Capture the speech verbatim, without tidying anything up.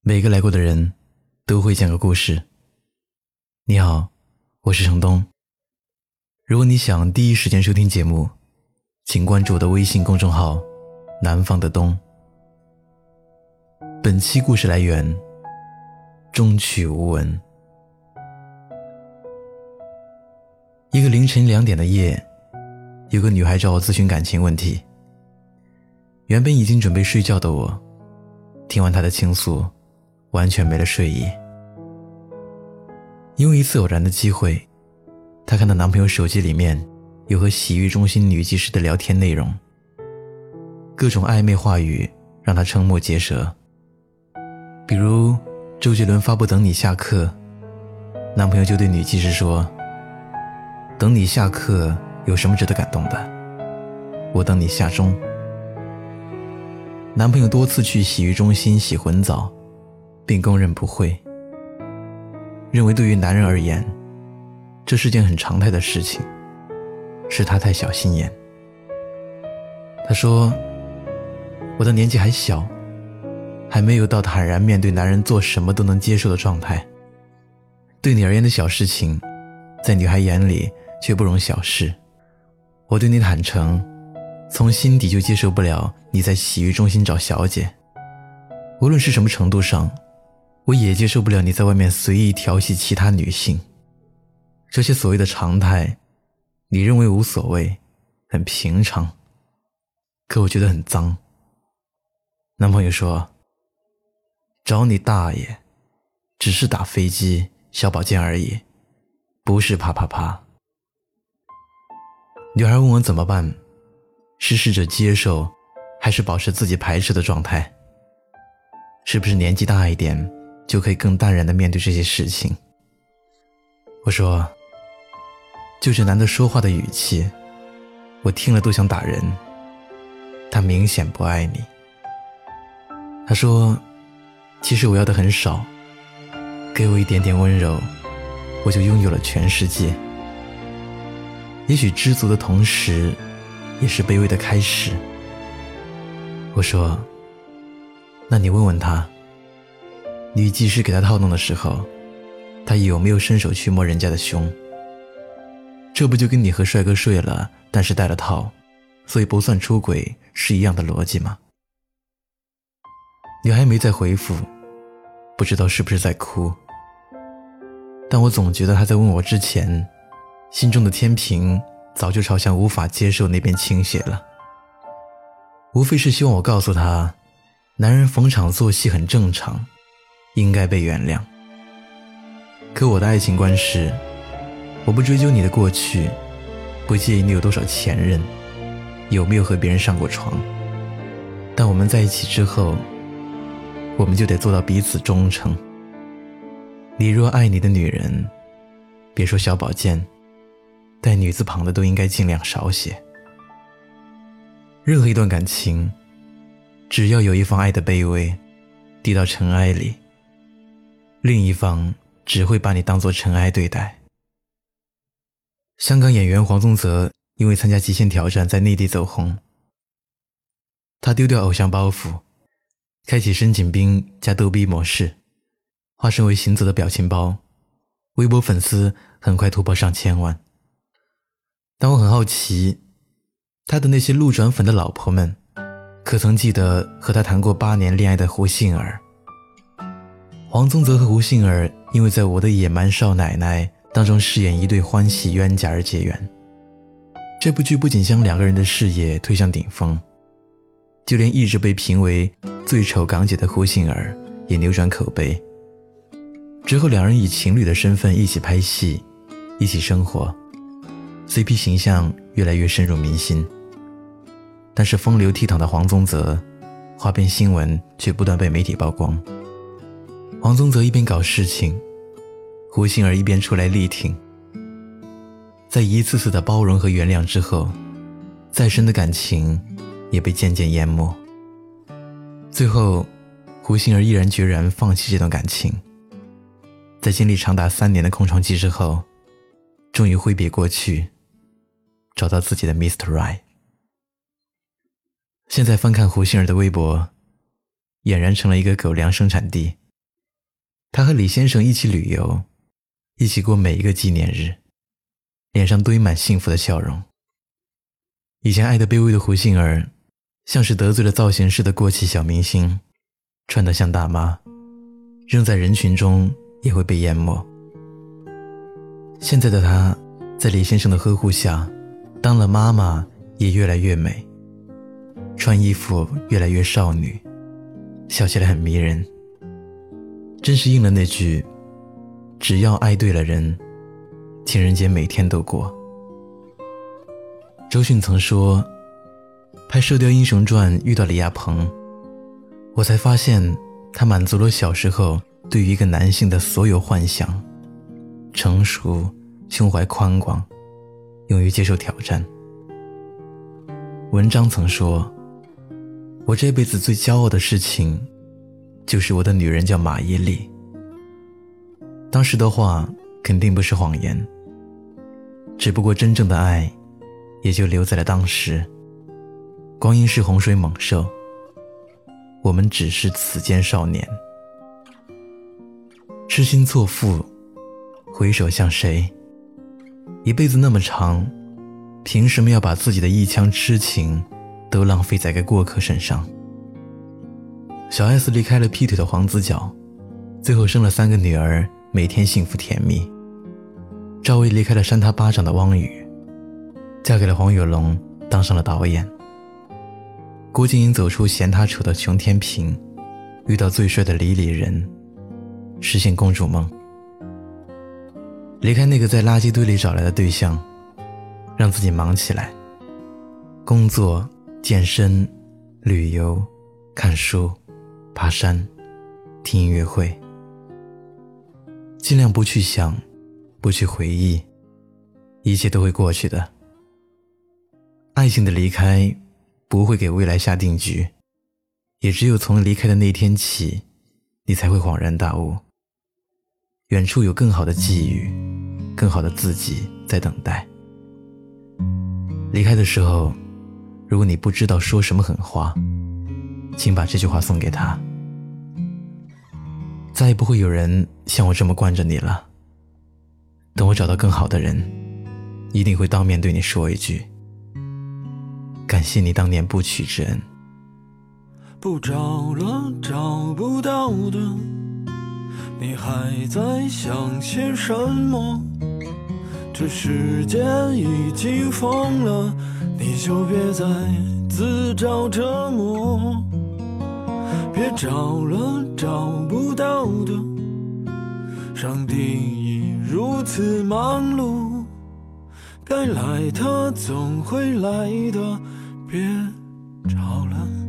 每个来过的人都会讲个故事。你好，我是程东。如果你想第一时间收听节目，请关注我的微信公众号南方的冬。本期故事来源终曲无闻。一个凌晨两点的夜，有个女孩找我咨询感情问题。原本已经准备睡觉的我，听完她的倾诉，完全没了睡意。因为一次偶然的机会，她看到男朋友手机里面有和洗浴中心女技师的聊天内容，各种暧昧话语让她瞠目结舌。比如周杰伦发布等你下课，男朋友就对女技师说，等你下课有什么值得感动的，我等你下钟。男朋友多次去洗浴中心洗混澡，并供认不讳，认为对于男人而言，这是件很常态的事情，是他太小心眼。他说，我的年纪还小，还没有到坦然面对男人做什么都能接受的状态。对你而言的小事情，在女孩眼里却不容小视。我对你坦诚，从心底就接受不了你在洗浴中心找小姐。无论是什么程度上，我也接受不了你在外面随意调戏其他女性。这些所谓的常态，你认为无所谓，很平常，可我觉得很脏。男朋友说，找你大爷，只是打飞机小保健而已，不是啪啪啪。女孩问我怎么办，是试着接受，还是保持自己排斥的状态？是不是年纪大一点就可以更淡然地面对这些事情？我说，就这男的说话的语气，我听了都想打人。他明显不爱你。他说，其实我要的很少，给我一点点温柔，我就拥有了全世界。也许知足的同时，也是卑微的开始。我说，那你问问他，女技师给他套弄的时候，他有没有伸手去摸人家的胸？这不就跟你和帅哥睡了，但是戴了套，所以不算出轨，是一样的逻辑吗？女孩没再回复，不知道是不是在哭。但我总觉得她在问我之前，心中的天平早就朝向无法接受那边倾斜了。无非是希望我告诉她，男人逢场作戏很正常，应该被原谅。可我的爱情观是，我不追究你的过去，不介意你有多少前任，有没有和别人上过床，但我们在一起之后，我们就得做到彼此忠诚。你若爱你的女人，别说小宝剑，带女字旁的都应该尽量少写。任何一段感情，只要有一方爱的卑微，低到尘埃里，另一方只会把你当作尘埃对待。香港演员黄宗泽因为参加极限挑战在内地走红，他丢掉偶像包袱，开启深井兵加逗逼模式，化身为行走的表情包，微博粉丝很快突破上千万。但我很好奇，他的那些路转粉的老婆们，可曾记得和他谈过八年恋爱的胡杏儿？黄宗泽和胡杏儿因为在我的野蛮少奶奶当中饰演一对欢喜冤家而结缘。这部剧不仅将两个人的事业推向顶峰，就连一直被评为最丑港姐的胡杏儿也扭转口碑。之后两人以情侣的身份一起拍戏，一起生活， C P 形象越来越深入民心。但是风流倜傥的黄宗泽，花边新闻却不断被媒体曝光。黄宗泽一边搞事情，胡杏儿一边出来力挺。在一次次的包容和原谅之后，再深的感情也被渐渐淹没。最后胡杏儿毅然决然放弃这段感情，在经历长达三年的空窗期之后，终于挥别过去，找到自己的 Mister Right。 现在翻看胡杏儿的微博，俨然成了一个狗粮生产地。 他和李先生一起旅游，一起过每一个纪念日，脸上堆满幸福的笑容。以前爱得卑微的胡杏儿，像是得罪了造型师的过气小明星，穿得像大妈，扔在人群中也会被淹没。现在的她在李先生的呵护下，当了妈妈也越来越美，穿衣服越来越少女，笑起来很迷人。真是应了那句，只要爱对了人，情人节每天都过。周迅曾说，拍《射雕英雄传》遇到李亚鹏，我才发现他满足了小时候对于一个男性的所有幻想，成熟，胸怀宽广，勇于接受挑战。文章曾说，我这辈子最骄傲的事情就是我的女人叫马伊琍。当时的话肯定不是谎言，只不过真正的爱也就留在了当时。光阴是洪水猛兽，我们只是此间少年。痴心错付，回首向谁？一辈子那么长，凭什么要把自己的一腔痴情都浪费在个过客身上？小 S 离开了劈腿的黄子佼，最后生了三个女儿，每天幸福甜蜜。赵薇离开了扇她巴掌的汪宇，嫁给了黄有龙，当上了导演。郭晶莹走出嫌她丑的熊天平，遇到最帅的李李仁，实现公主梦。离开那个在垃圾堆里找来的对象，让自己忙起来，工作、健身、旅游、看书、爬山、听音乐会，尽量不去想，不去回忆，一切都会过去的。爱情的离开不会给未来下定局，也只有从离开的那天起，你才会恍然大悟，远处有更好的际遇，更好的自己在等待。离开的时候，如果你不知道说什么狠话，请把这句话送给他：再也不会有人像我这么惯着你了，等我找到更好的人，一定会当面对你说一句，感谢你当年不娶之恩。 不找了，找不到的，你还在想些什么？这世界已经疯了，你就别再自找折磨。别找了，找不到的，上帝已如此忙碌，该来的总会来的，别找了。